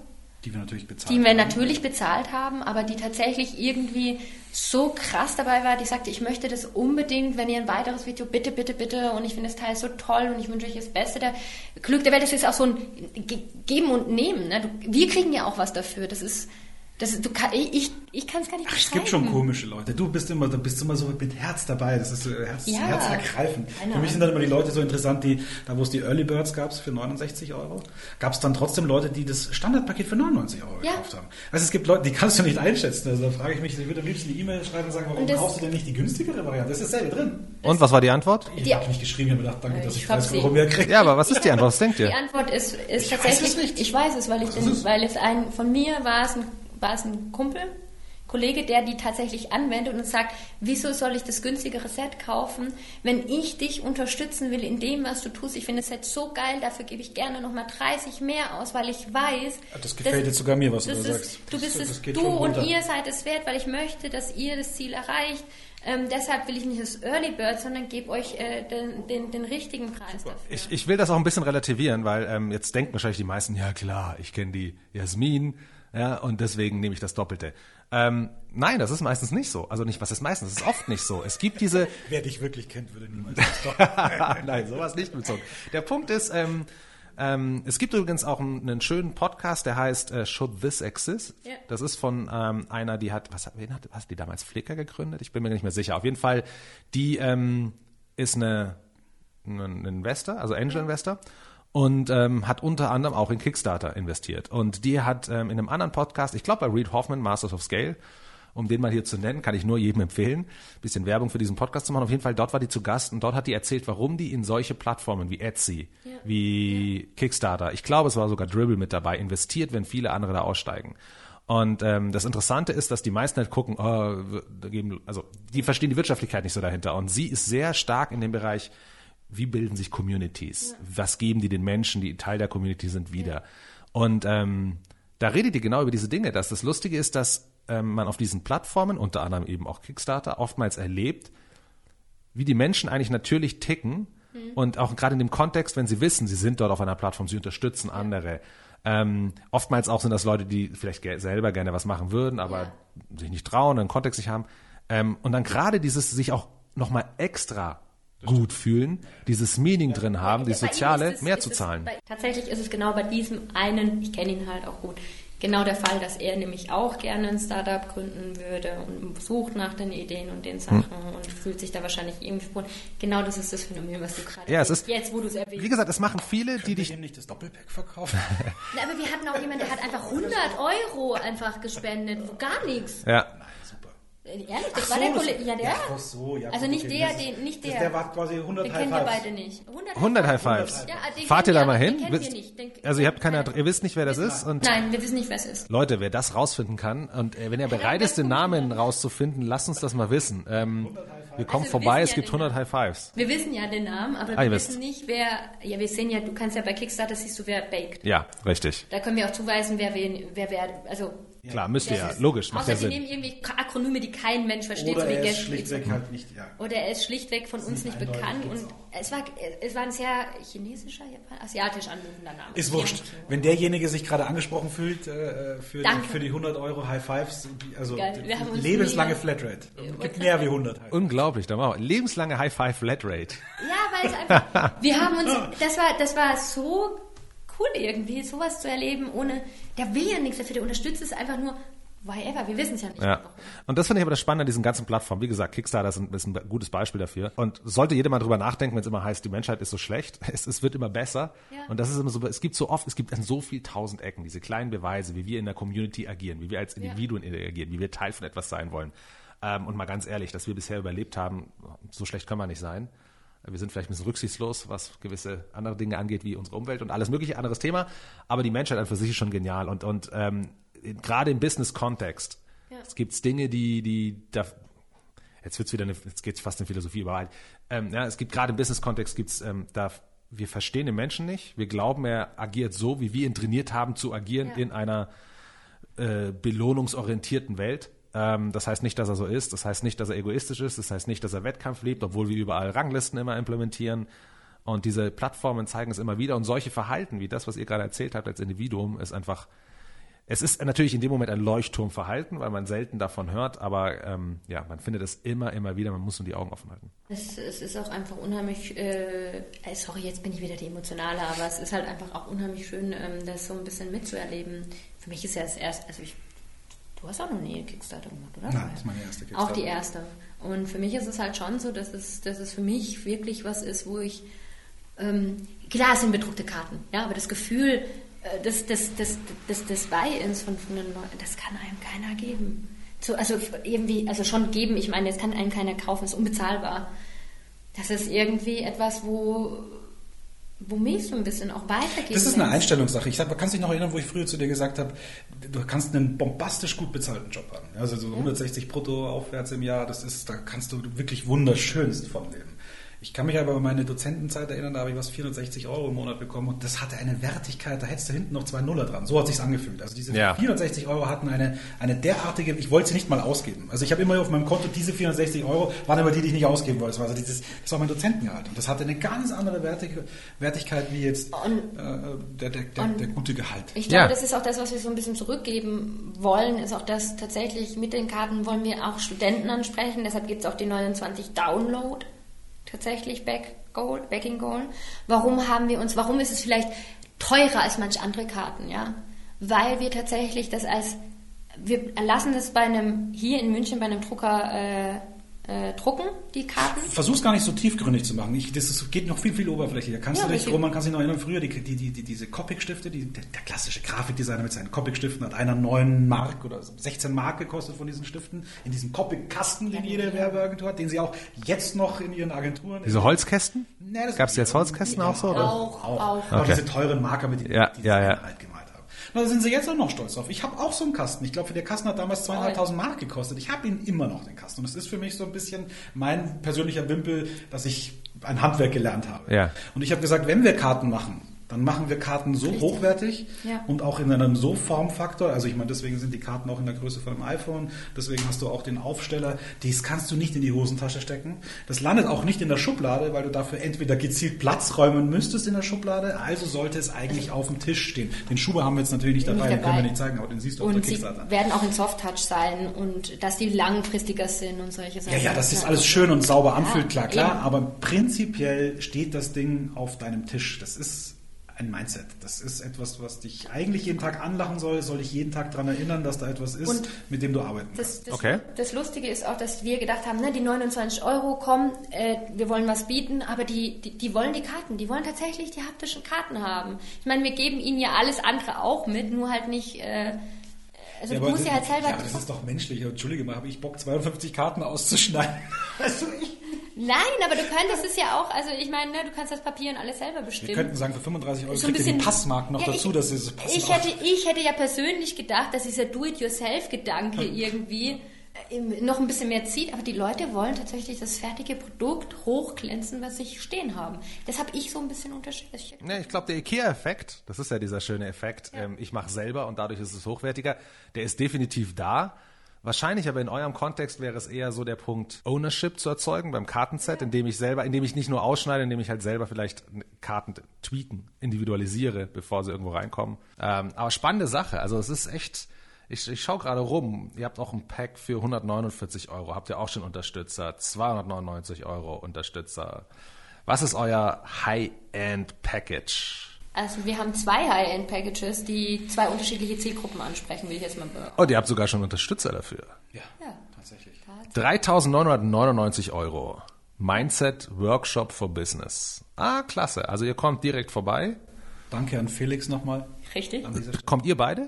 Die wir natürlich bezahlt Die wir haben. natürlich bezahlt haben, aber die tatsächlich irgendwie so krass dabei war, die sagte, ich möchte das unbedingt, wenn ihr ein weiteres Video, bitte, bitte, bitte, und ich finde das Teil so toll und ich wünsche euch das Beste, der Glück der Welt, das ist auch so ein Ge- Geben und Nehmen. Ne? Du, wir kriegen ja auch was dafür, das ist, das ist du kann, ich, ich kann es gar nicht Ach, beschreiben. es gibt schon komische Leute. Du bist immer, du bist immer so mit Herz dabei. Das ist äh, Herz, Ja. herzergreifend. Genau. Für mich sind dann immer die Leute so interessant, die, da wo es die Early Birds gab für neunundsechzig Euro, gab es dann trotzdem Leute, die das Standardpaket für neunundneunzig Euro Ja. gekauft haben. Also es gibt Leute, die kannst du nicht einschätzen. Also da frage ich mich, ich würde am liebsten eine E-Mail schreiben und sagen, warum Und das- kaufst du denn nicht die günstigere Variante? Das ist dasselbe drin. Und was war die Antwort? Ich Die- habe nicht geschrieben, ich habe gedacht, danke, dass Ich ich hab dreißig sie. Euro mehr kriege. Ja, aber was ist die Antwort? Was denkt Die ihr? Antwort ist, ist Ich weiß tatsächlich, es nicht. ich weiß es, weil ich Was den, ist es? weil es ein, von mir war es ein, war es ein Kumpel, Kollege, der die tatsächlich anwendet und sagt, wieso soll ich das günstigere Set kaufen, wenn ich dich unterstützen will in dem, was du tust. Ich finde das Set so geil, dafür gebe ich gerne nochmal dreißig mehr aus, weil ich weiß... Das gefällt jetzt sogar mir, was du das da ist, sagst. Du bist Das- es, das geht du schon und runter. ihr seid es wert, weil ich möchte, dass ihr das Ziel erreicht. Ähm, deshalb will ich nicht das Early Bird, sondern gebe euch äh, den, den, den richtigen Preis dafür. Ich, ich will das auch ein bisschen relativieren, weil ähm, jetzt denken wahrscheinlich die meisten, ja klar, ich kenne die Jasmin, ja, und deswegen nehme ich das Doppelte. Ähm, nein, das ist meistens nicht so. Also nicht, was ist meistens, das ist oft nicht so. Es gibt diese... Wer dich wirklich kennt, würde niemals das doch. Nein, sowas nicht bezogen. Der Punkt ist, ähm, ähm, es gibt übrigens auch einen, einen schönen Podcast, der heißt äh, Should This Exist? Ja. Das ist von ähm, einer, die hat, was hat, wen hat, hat die damals Flickr gegründet? Ich bin mir nicht mehr sicher. Auf jeden Fall, die ähm, ist eine, ein Investor, also Angel Investor. Und ähm, hat unter anderem auch in Kickstarter investiert. Und die hat ähm, in einem anderen Podcast, ich glaube bei Reid Hoffman, Masters of Scale, um den mal hier zu nennen, kann ich nur jedem empfehlen, bisschen Werbung für diesen Podcast zu machen. Auf jeden Fall, dort war die zu Gast und dort hat die erzählt, warum die in solche Plattformen wie Etsy, Ja. wie Kickstarter, ich glaube, es war sogar Dribbble mit dabei, investiert, wenn viele andere da aussteigen. Und ähm, das Interessante ist, dass die meisten halt gucken, oh, da geben, also die verstehen die Wirtschaftlichkeit nicht so dahinter. Und sie ist sehr stark in dem Bereich, wie bilden sich Communities? Ja. Was geben die den Menschen, die Teil der Community sind, wieder? Ja. Und ähm, da redet ihr genau über diese Dinge. Dass das Lustige ist, dass ähm, man auf diesen Plattformen, unter anderem eben auch Kickstarter, oftmals erlebt, wie die Menschen eigentlich natürlich ticken. Mhm. Und auch gerade in dem Kontext, wenn sie wissen, sie sind dort auf einer Plattform, sie unterstützen ja. andere. Ähm, oftmals auch sind das Leute, die vielleicht ge- selber gerne was machen würden, aber ja. sich nicht trauen, einen Kontext nicht haben. Ähm, und dann gerade dieses sich auch nochmal extra gut fühlen, dieses Meaning ja. drin haben, dieses Soziale, es, mehr zu zahlen. Bei, tatsächlich ist es genau bei diesem einen, ich kenne ihn halt auch gut, genau der Fall, dass er nämlich auch gerne ein Startup gründen würde und sucht nach den Ideen und den Sachen hm. und fühlt sich da wahrscheinlich irgendwie verbunden. Genau das ist das Phänomen, was du gerade ja, es ist, jetzt, wo du es erwähnst. Wie gesagt, es machen viele, Können die dich... wir nicht das Doppelpack verkaufen? Na, aber wir hatten auch jemanden, der hat einfach hundert Euro einfach gespendet, wo gar nichts. Ja. Ehrlich, das Ach war so, der das- Kollege. Ja, der. ja, ach so, ja, also gut, nicht okay, der, das ist- den, nicht das- der. der war quasi hundert Den High kennen wir Fives. beide nicht. hundert High Fives. Ja, den Fahrt ihr kennen da wir, mal den hin? kennen wir nicht. Den- Also ihr habt keine, keine- ihr wisst nicht, wer das ist? Und Nein, wir wissen nicht, wer es ist. Leute, wer das rausfinden kann und äh, wenn er bereit ist, den Namen rauszufinden, lasst uns das mal wissen. Ähm, wir kommen Also wir vorbei, wissen es ja gibt den hundert Namen. High Fives. Wir wissen ja den Namen, aber Ah, ihr wir wisst. wissen nicht, wer. Ja, wir sehen ja, du kannst ja bei Kickstarter siehst du, wer baked. Ja, richtig. Da können wir auch zuweisen, wer wen, wer wer. Also. Klar, müsst ihr ja. das ist- Logisch, macht Außer ja die Sinn. nehmen irgendwie Akronyme, die kein Mensch versteht. Oder so wie er ist Geld- schlichtweg halt nicht, ja. Oder er ist schlichtweg von uns nicht eindeutig bekannt. geht's Und es war, es war ein sehr chinesischer, Japan, asiatisch anmutender Name. Ist wurscht. Wenn derjenige sich gerade angesprochen fühlt äh, für, die, Danke. für die hundert Euro High Fives, also Geil. Wir haben uns lebenslange mega- Flatrate. Gibt mehr wie hundert High Fives. Unglaublich, da machen wir lebenslange High Five Flat Rate. Ja, weil es einfach, wir haben uns, das war, das war so cool irgendwie, sowas zu erleben, ohne, der will ja nichts dafür, der unterstützt es einfach nur, whatever, wir wissen es ja nicht. Ja. Und das finde ich aber das Spannende an diesen ganzen Plattformen. Wie gesagt, Kickstarter ist ein, ist ein gutes Beispiel dafür. Und sollte jeder mal drüber nachdenken, wenn es immer heißt, die Menschheit ist so schlecht, es, es wird immer besser. Ja. Und das ist immer so, es gibt so oft, es gibt an so viel tausend Ecken, diese kleinen Beweise, wie wir in der Community agieren, wie wir als Individuen ja. agieren, wie wir Teil von etwas sein wollen. Ähm, und mal ganz ehrlich, dass wir bisher überlebt haben, so schlecht können wir nicht sein. Wir sind vielleicht ein bisschen rücksichtslos, was gewisse andere Dinge angeht, wie unsere Umwelt und alles mögliche, anderes Thema. Aber die Menschheit an für sich ist schon genial. Und, und ähm, gerade im Business-Kontext, ja. es gibt Dinge, die, die da, jetzt wird's wieder eine, jetzt geht's fast in Philosophie überall. Ähm, ja, es gibt gerade im Business-Kontext gibt's ähm, da, wir verstehen den Menschen nicht. Wir glauben, er agiert so, wie wir ihn trainiert haben zu agieren ja. in einer äh, belohnungsorientierten Welt. Ähm, das heißt nicht, dass er so ist. Das heißt nicht, dass er egoistisch ist. Das heißt nicht, dass er Wettkampf lebt, obwohl wir überall Ranglisten immer implementieren. Und diese Plattformen zeigen es immer wieder. Und solche Verhalten wie das, was ihr gerade erzählt habt als Individuum, ist einfach Es ist natürlich in dem Moment ein Leuchtturmverhalten, weil man selten davon hört, aber ähm, ja, man findet es immer, immer wieder, man muss nur die Augen offen halten. Es, es ist auch einfach unheimlich, äh, sorry, jetzt bin ich wieder die Emotionale, aber es ist halt einfach auch unheimlich schön, ähm, das so ein bisschen mitzuerleben. Für mich ist ja das erste, also ich, du hast auch noch nie eine Kickstarter gemacht, oder? Nein, das ist meine erste Kickstarter. Auch die erste. Und für mich ist es halt schon so, dass es, dass es für mich wirklich was ist, wo ich, ähm, klar, es sind bedruckte Karten, ja, aber das Gefühl, Das, das, das, das, das Buy-ins von, von den Leuten, das kann einem keiner geben. So, also irgendwie, also schon geben, ich meine, das kann einem keiner kaufen, ist unbezahlbar. Das ist irgendwie etwas, wo, wo mich so ein bisschen auch weitergeht. Das ist eine Einstellungssache. Ich sag, kannst dich noch erinnern, wo ich früher zu dir gesagt habe, du kannst einen bombastisch gut bezahlten Job haben. Also so hundertsechzig brutto aufwärts im Jahr, das ist, da kannst du wirklich wunderschönst von leben. Ich kann mich aber an meine Dozentenzeit erinnern, da habe ich was vierhundertsechzig Euro im Monat bekommen und das hatte eine Wertigkeit, da hättest du hinten noch zwei Nuller dran. So hat sich's angefühlt. Also diese ja. vierhundertsechzig Euro hatten eine, eine derartige, ich wollte sie nicht mal ausgeben. Also ich habe immer auf meinem Konto diese vierhundertsechzig Euro, waren immer die, die ich nicht ausgeben wollte. Also dieses, das war mein Dozentengehalt und das hatte eine ganz andere Wertig, Wertigkeit wie jetzt und, äh, der, der, der, der gute Gehalt. Ich glaube, ja. das ist auch das, was wir so ein bisschen zurückgeben wollen, ist auch das tatsächlich mit den Karten wollen wir auch Studenten ansprechen, deshalb gibt es auch die neunundzwanzig Download. Tatsächlich Back Goal, Backing Goal. Warum haben wir uns, warum ist es vielleicht teurer als manche andere Karten, ja? Weil wir tatsächlich das als, wir lassen das bei einem, hier in München bei einem Drucker äh, äh, drucken, die Karten. Versuch's gar nicht so tiefgründig zu machen. Ich, das ist, geht noch viel, viel oberflächlicher. Kannst ja, du dich, Roman, kannst du dich noch erinnern, früher die, die, die, die, diese Copic-Stifte, die, der, der klassische Grafikdesigner mit seinen Copic-Stiften hat einer neun Mark oder sechzehn Mark gekostet von diesen Stiften, in diesem Copic-Kasten, den ja, jede ja. Werbeagentur hat, den sie auch jetzt noch in ihren Agenturen... Diese Holzkästen? Nee, Gab es jetzt Holzkästen ja, auch so? Oder? Auch, auch. auch. Okay. Aber diese teuren Marker, mit denen ja, die ja, ja. halt gemalt haben. Da sind sie jetzt auch noch stolz drauf. Ich habe auch so einen Kasten. Ich glaube, der Kasten hat damals zweieinhalbtausend Mark gekostet. Ich habe ihn immer noch, den Kasten. Und es ist für mich so ein bisschen mein persönlicher Wimpel, dass ich ein Handwerk gelernt habe. Ja. Und ich habe gesagt, wenn wir Karten machen, dann machen wir Karten so Richtig. hochwertig ja. und auch in einem so Formfaktor. Also ich meine, deswegen sind die Karten auch in der Größe von einem iPhone. Deswegen hast du auch den Aufsteller. Das kannst du nicht in die Hosentasche stecken. Das landet auch nicht in der Schublade, weil du dafür entweder gezielt Platz räumen müsstest in der Schublade. Also sollte es eigentlich auf dem Tisch stehen. Den Schuber haben wir jetzt natürlich nicht dabei, nicht dabei. Den können wir nicht zeigen, aber den siehst du und auf der Kickstarter. Und sie werden auch in Soft-Touch sein und dass die langfristiger sind und solche Sachen. Ja, ja, dass das alles schön und sauber anfühlt, klar, klar. Eben. Aber prinzipiell steht das Ding auf deinem Tisch. Das ist ein Mindset. Das ist etwas, was dich eigentlich jeden Tag anlachen soll, soll dich jeden Tag daran erinnern, dass da etwas ist, und mit dem du arbeiten das, kannst. Das, okay. das Lustige ist auch, dass wir gedacht haben, ne, die neunundzwanzig Euro kommen, äh, wir wollen was bieten, aber die, die, die wollen die Karten, die wollen tatsächlich die haptischen Karten haben. Ich meine, wir geben ihnen ja alles andere auch mit, nur halt nicht... Äh, Also ja, du musst ja halt selber... Ja, aber das ist doch menschlich. Entschuldige mal, habe ich Bock, zweiundfünfzig Karten auszuschneiden? Also ich... Nein, aber du könntest es ja auch, also ich meine, ne, du kannst das Papier und alles selber bestimmen. Wir könnten sagen, für fünfunddreißig Euro so kriegt ihr die Passmarken noch ja, dazu, ich, dass sie das passen. Ich hätte, ich hätte ja persönlich gedacht, dass dieser Do-it-yourself-Gedanke irgendwie noch ein bisschen mehr zieht, aber die Leute wollen tatsächlich das fertige Produkt hochglänzen, was sie stehen haben. Das habe ich so ein bisschen unterschätzt. Nee, ich glaube, der IKEA-Effekt, das ist ja dieser schöne Effekt, ja. ähm, ich mache selber und dadurch ist es hochwertiger, der ist definitiv da. Wahrscheinlich aber in eurem Kontext wäre es eher so der Punkt, Ownership zu erzeugen beim Kartenset, ja. indem ich selber, indem ich nicht nur ausschneide, indem ich halt selber vielleicht Karten tweaken, individualisiere, bevor sie irgendwo reinkommen. Ähm, aber spannende Sache, also es ist echt... Ich, ich schaue gerade rum, ihr habt auch ein Pack für hundertneunundvierzig Euro, habt ihr auch schon Unterstützer, zweihundertneunundneunzig Euro Unterstützer. Was ist euer High-End-Package? Also wir haben zwei High-End-Packages, die zwei unterschiedliche Zielgruppen ansprechen, will ich jetzt mal be- Oh, ihr habt sogar schon Unterstützer dafür. Ja, ja. tatsächlich. dreitausendneunhundertneunundneunzig Euro. Mindset Workshop for Business. Ah, klasse. Also ihr kommt direkt vorbei. Danke an Felix nochmal. Richtig. Kommt ihr beide?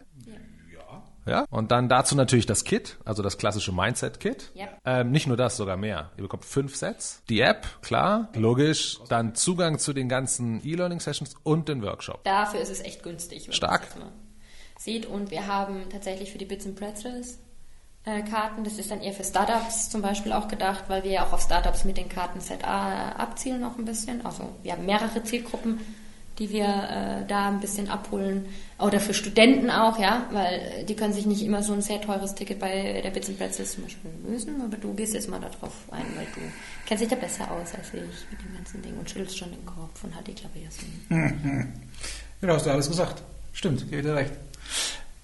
Ja, und dann dazu natürlich das Kit, also das klassische Mindset-Kit. Yep. Ähm, nicht nur das, sogar mehr. Ihr bekommt fünf Sets. Die App, klar, logisch. Dann Zugang zu den ganzen E-Learning-Sessions und den Workshop. Dafür ist es echt günstig. Stark. Man das jetzt mal sieht. Und wir haben tatsächlich für die Bits and Pretzels äh, Karten. Das ist dann eher für Startups zum Beispiel auch gedacht, weil wir ja auch auf Startups mit den Karten-Set abzielen noch ein bisschen. Also wir haben mehrere Zielgruppen, die wir äh, da ein bisschen abholen. Oder für Studenten auch, ja, weil die können sich nicht immer so ein sehr teures Ticket bei der Bits and Pretzels zum Beispiel lösen, aber du gehst jetzt mal darauf ein, weil du kennst dich da besser aus als ich mit dem ganzen Ding und schüttelst schon den Kopf und halt die Klappe jetzt. Ja, da hast du alles gesagt. Stimmt, gebe dir recht.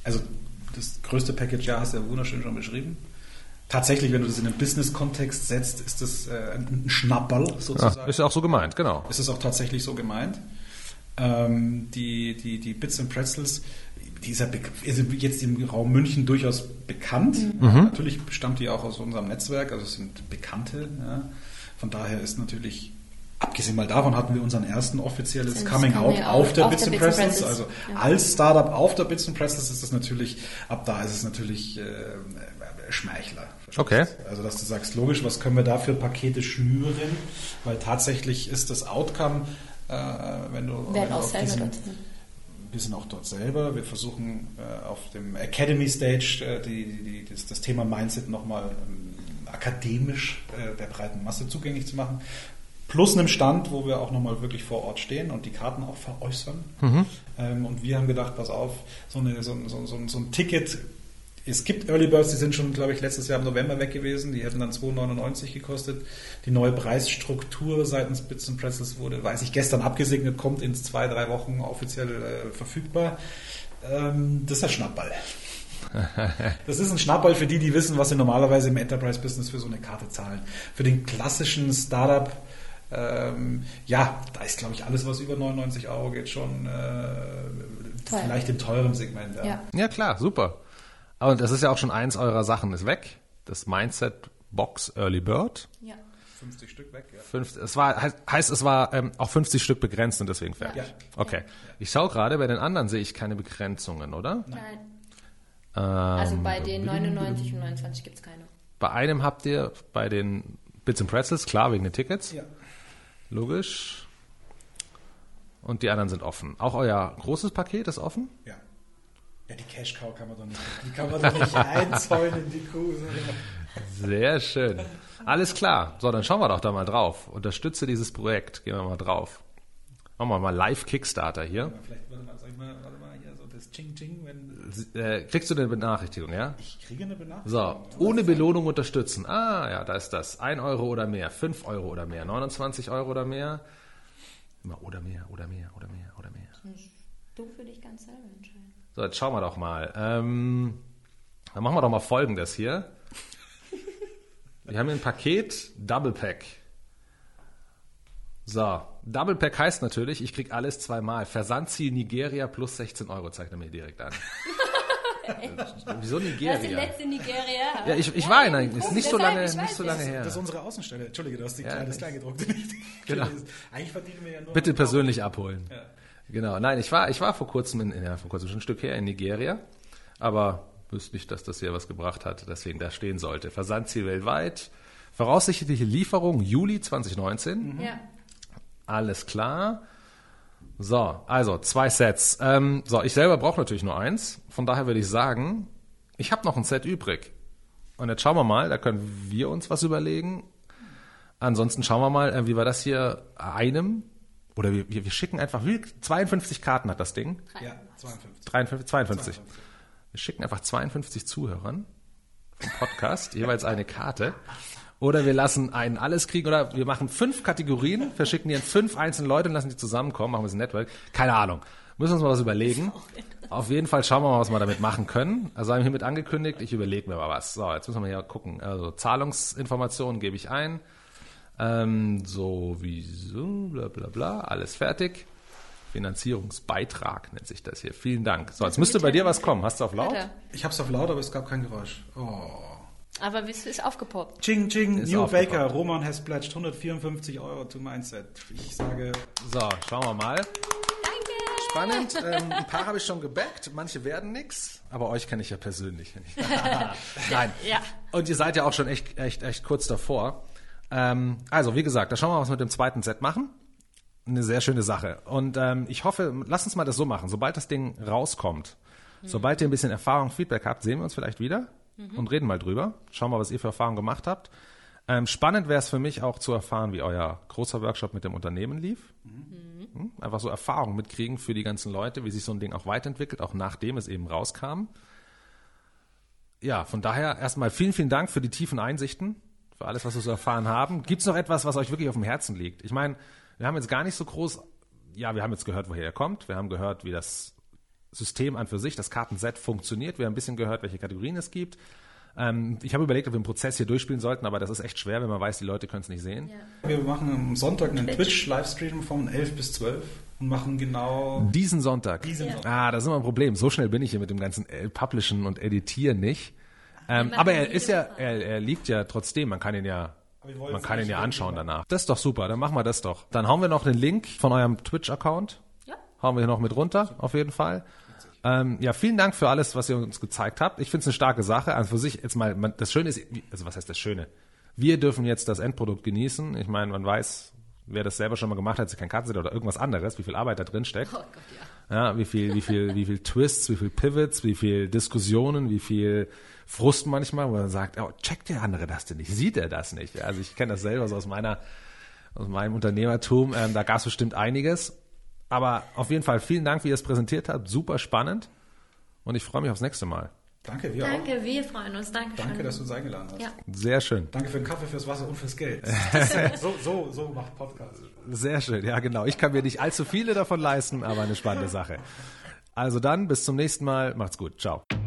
also das größte Package, ja, hast du ja wunderschön schon beschrieben. Tatsächlich, wenn du das in einen Business-Kontext setzt, ist das äh, ein Schnapperl sozusagen. Ja, ist ja auch so gemeint, genau. Ist es auch tatsächlich so gemeint. Ähm, die, die, die Bits and Pretzels, die ist ja be- ist jetzt im Raum München durchaus bekannt. Mhm. Ja, natürlich stammt die auch aus unserem Netzwerk, also es sind Bekannte. Ja. Von daher ist natürlich, abgesehen mal davon, hatten wir unseren ersten offizielles Coming Out auf der Bits and Pretzels. Also ja. Als Startup auf der Bits and Pretzels ist es natürlich, ab da ist es natürlich äh, Schmeichler. Okay. Also dass du sagst, logisch, was können wir da für Pakete schnüren? Weil tatsächlich ist das Outcome, äh, wenn du, wenn du auf diesen, wir sind auch dort selber, wir versuchen äh, auf dem Academy Stage äh, die, die, das, das Thema Mindset nochmal ähm, akademisch äh, der breiten Masse zugänglich zu machen. Plus einem Stand, wo wir auch nochmal wirklich vor Ort stehen und die Karten auch veräußern. Mhm. Ähm, und wir haben gedacht, pass auf, so, eine, so, so, so, so ein Ticket. Es gibt Early Birds, die sind schon, glaube ich, letztes Jahr im November weg gewesen. Die hätten dann zwei neunundneunzig gekostet. Die neue Preisstruktur seitens Bits and Pretzels wurde, weiß ich, gestern abgesegnet, kommt in zwei, drei Wochen offiziell äh, verfügbar. Ähm, das ist ein Schnapperl. Das ist ein Schnapperl für die, die wissen, was sie normalerweise im Enterprise-Business für so eine Karte zahlen. Für den klassischen Startup, ähm, ja, da ist, glaube ich, alles, was über neunundneunzig Euro geht, schon äh, vielleicht im teuren Segment. Ja. Ja. Ja, klar, super. Und das ist ja auch schon eins eurer Sachen, ist weg. Das Mindset Box Early Bird. Ja. fünfzig Stück weg, ja. Fünf, es war, heißt, heißt, es war ähm, auch fünfzig Stück begrenzt und deswegen fertig. Ja. Okay. Ich schaue gerade, bei den anderen sehe ich keine Begrenzungen, oder? Nein. Ähm, Also bei den neunundneunzig und neunundzwanzig gibt es keine. Bei einem habt ihr, bei den Bits and Pretzels, klar, wegen den Tickets. Ja. Logisch. Und die anderen sind offen. Auch euer großes Paket ist offen? Ja. Ja, die Cash Cow kann man doch nicht, die kann man doch nicht einzäunen in die Kuh. Sehr schön. Alles klar. So, dann schauen wir doch da mal drauf. Unterstütze dieses Projekt. Gehen wir mal drauf. Machen wir mal live Kickstarter hier. Ja, vielleicht, warte mal, sag ich mal, warte mal, hier, so das Ching-Ching, wenn... Äh, kriegst du eine Benachrichtigung, ja? Ich kriege eine Benachrichtigung. So, ohne Belohnung unterstützen. Ah, ja, da ist das. ein Euro oder mehr, fünf Euro oder mehr, neunundzwanzig Euro oder mehr. Immer oder mehr, oder mehr, oder mehr, oder mehr. Du für dich ganz selber entscheiden. So, jetzt schauen wir doch mal. Ähm, dann machen wir doch mal Folgendes hier. Wir haben hier ein Paket Double Pack. So, Double Pack heißt natürlich, ich krieg alles zweimal. Versandziel Nigeria plus sechzehn Euro, zeigt er mir direkt an. Wieso Nigeria? Das ist die letzte Nigeria. Ja, ich, ich war in einem, ist nicht so lange, nicht so lange her. Das ist unsere Außenstelle. Entschuldige, du hast die Ja, kleine, das das- Kleingedruckte nicht. Genau. Eigentlich verdienen wir ja nur... Bitte persönlich abholen. Ja. Genau. Nein, ich war, ich war vor kurzem in, ja, vor kurzem schon ein Stück her in Nigeria, aber wüsste nicht, dass das hier was gebracht hat, deswegen da stehen sollte. Versandziel weltweit. Voraussichtliche Lieferung Juli zwanzig neunzehn. Ja. Alles klar. So, also zwei Sets. Ähm, so, ich selber brauche natürlich nur eins. Von daher würde ich sagen, ich habe noch ein Set übrig. Und jetzt schauen wir mal, da können wir uns was überlegen. Ansonsten schauen wir mal, äh, wie wir das hier einem, oder wir, wir wir schicken einfach, wie, zweiundfünfzig Karten hat das Ding. Ja, zweiundfünfzig. dreiundfünfzig, zweiundfünfzig. Wir schicken einfach zweiundfünfzig Zuhörern vom Podcast jeweils eine Karte. Oder wir lassen einen alles kriegen, oder wir machen fünf Kategorien, verschicken die an fünf einzelne Leute und lassen die zusammenkommen, machen wir so ein Network. Keine Ahnung. Müssen uns mal was überlegen. Auf jeden Fall schauen wir mal, was wir damit machen können. Also haben wir hiermit angekündigt, ich überlege mir mal was. So, jetzt müssen wir hier gucken. Also Zahlungsinformationen gebe ich ein. Ähm, sowieso, bla bla bla, alles fertig. Finanzierungsbeitrag nennt sich das hier. Vielen Dank. So, jetzt müsste bei dir was kommen. Hast du auf laut? Bitte. Ich hab's auf laut, aber es gab kein Geräusch. Oh. Aber es ist aufgepoppt. Ching, ching, Ist New aufgepoppt. Baker, Roman has pledged hundertvierundfünfzig Euro to Mindset. Ich sage, So, schauen wir mal. Danke. Spannend. Ähm, ein paar habe ich schon gebackt, manche werden nix, aber euch kenne ich ja persönlich. Nein. Ja. Und ihr seid ja auch schon echt, echt, echt kurz davor. Ähm, also, wie gesagt, da schauen wir mal, was wir mit dem zweiten Set machen. Eine sehr schöne Sache. Und ähm, ich hoffe, lasst uns mal das so machen. Sobald das Ding rauskommt, mhm. sobald ihr ein bisschen Erfahrung, Feedback habt, sehen wir uns vielleicht wieder mhm. und reden mal drüber. Schauen mal, was ihr für Erfahrungen gemacht habt. Ähm, spannend wäre es für mich auch zu erfahren, wie euer großer Workshop mit dem Unternehmen lief. Mhm. Einfach so Erfahrung mitkriegen für die ganzen Leute, wie sich so ein Ding auch weiterentwickelt, auch nachdem es eben rauskam. Ja, von daher erstmal vielen, vielen Dank für die tiefen Einsichten, für alles, was wir so erfahren haben. Gibt es noch etwas, was euch wirklich auf dem Herzen liegt? Ich meine, wir haben jetzt gar nicht so groß, ja, wir haben jetzt gehört, woher er kommt. Wir haben gehört, wie das System an für sich, das Kartenset funktioniert. Wir haben ein bisschen gehört, welche Kategorien es gibt. Ähm, ich habe überlegt, ob wir einen Prozess hier durchspielen sollten, aber das ist echt schwer, wenn man weiß, die Leute können es nicht sehen. Ja. Wir machen am Sonntag einen Twitch-Livestream von elf bis zwölf und machen genau... Diesen Sonntag? Diesen Ja. Sonntag. Ah, das ist immer ein Problem. So schnell bin ich hier mit dem ganzen Publishen und Editieren nicht. Ähm, aber er ist ja, er, er liegt ja trotzdem, man kann ihn ja... Man kann ihn ja anschauen danach. Das ist doch super, dann machen wir das doch. Dann hauen wir noch den Link von eurem Twitch-Account. Ja. Hauen wir hier noch mit runter, auf jeden Fall. Ähm, ja, vielen Dank für alles, was ihr uns gezeigt habt. Ich finde es eine starke Sache. Also für sich jetzt mal, man, das Schöne ist, also was heißt das Schöne? Wir dürfen jetzt das Endprodukt genießen. Ich meine, man weiß, wer das selber schon mal gemacht hat, ist kein Kartenset oder irgendwas anderes, wie viel Arbeit da drin steckt. Oh Gott, ja. Ja, wie viel, wie viel, wie viel Twists, wie viel Pivots, wie viel Diskussionen, wie viel Frust manchmal, wo man sagt, oh, checkt der andere das denn nicht? Sieht er das nicht? Also ich kenne das selber so aus meiner, aus meinem Unternehmertum. Ähm, da gab es bestimmt einiges. Aber auf jeden Fall vielen Dank, wie ihr es präsentiert habt. Super spannend. Und ich freue mich aufs nächste Mal. Danke, wir Danke, auch. wir freuen uns. Dankeschön. Danke, dass du uns eingeladen hast. Ja. Sehr schön. Danke für den Kaffee, fürs Wasser und fürs Geld. so, so, so macht Podcast. Sehr schön, ja genau. Ich kann mir nicht allzu viele davon leisten, aber eine spannende Sache. Also dann, bis zum nächsten Mal. Macht's gut. Ciao.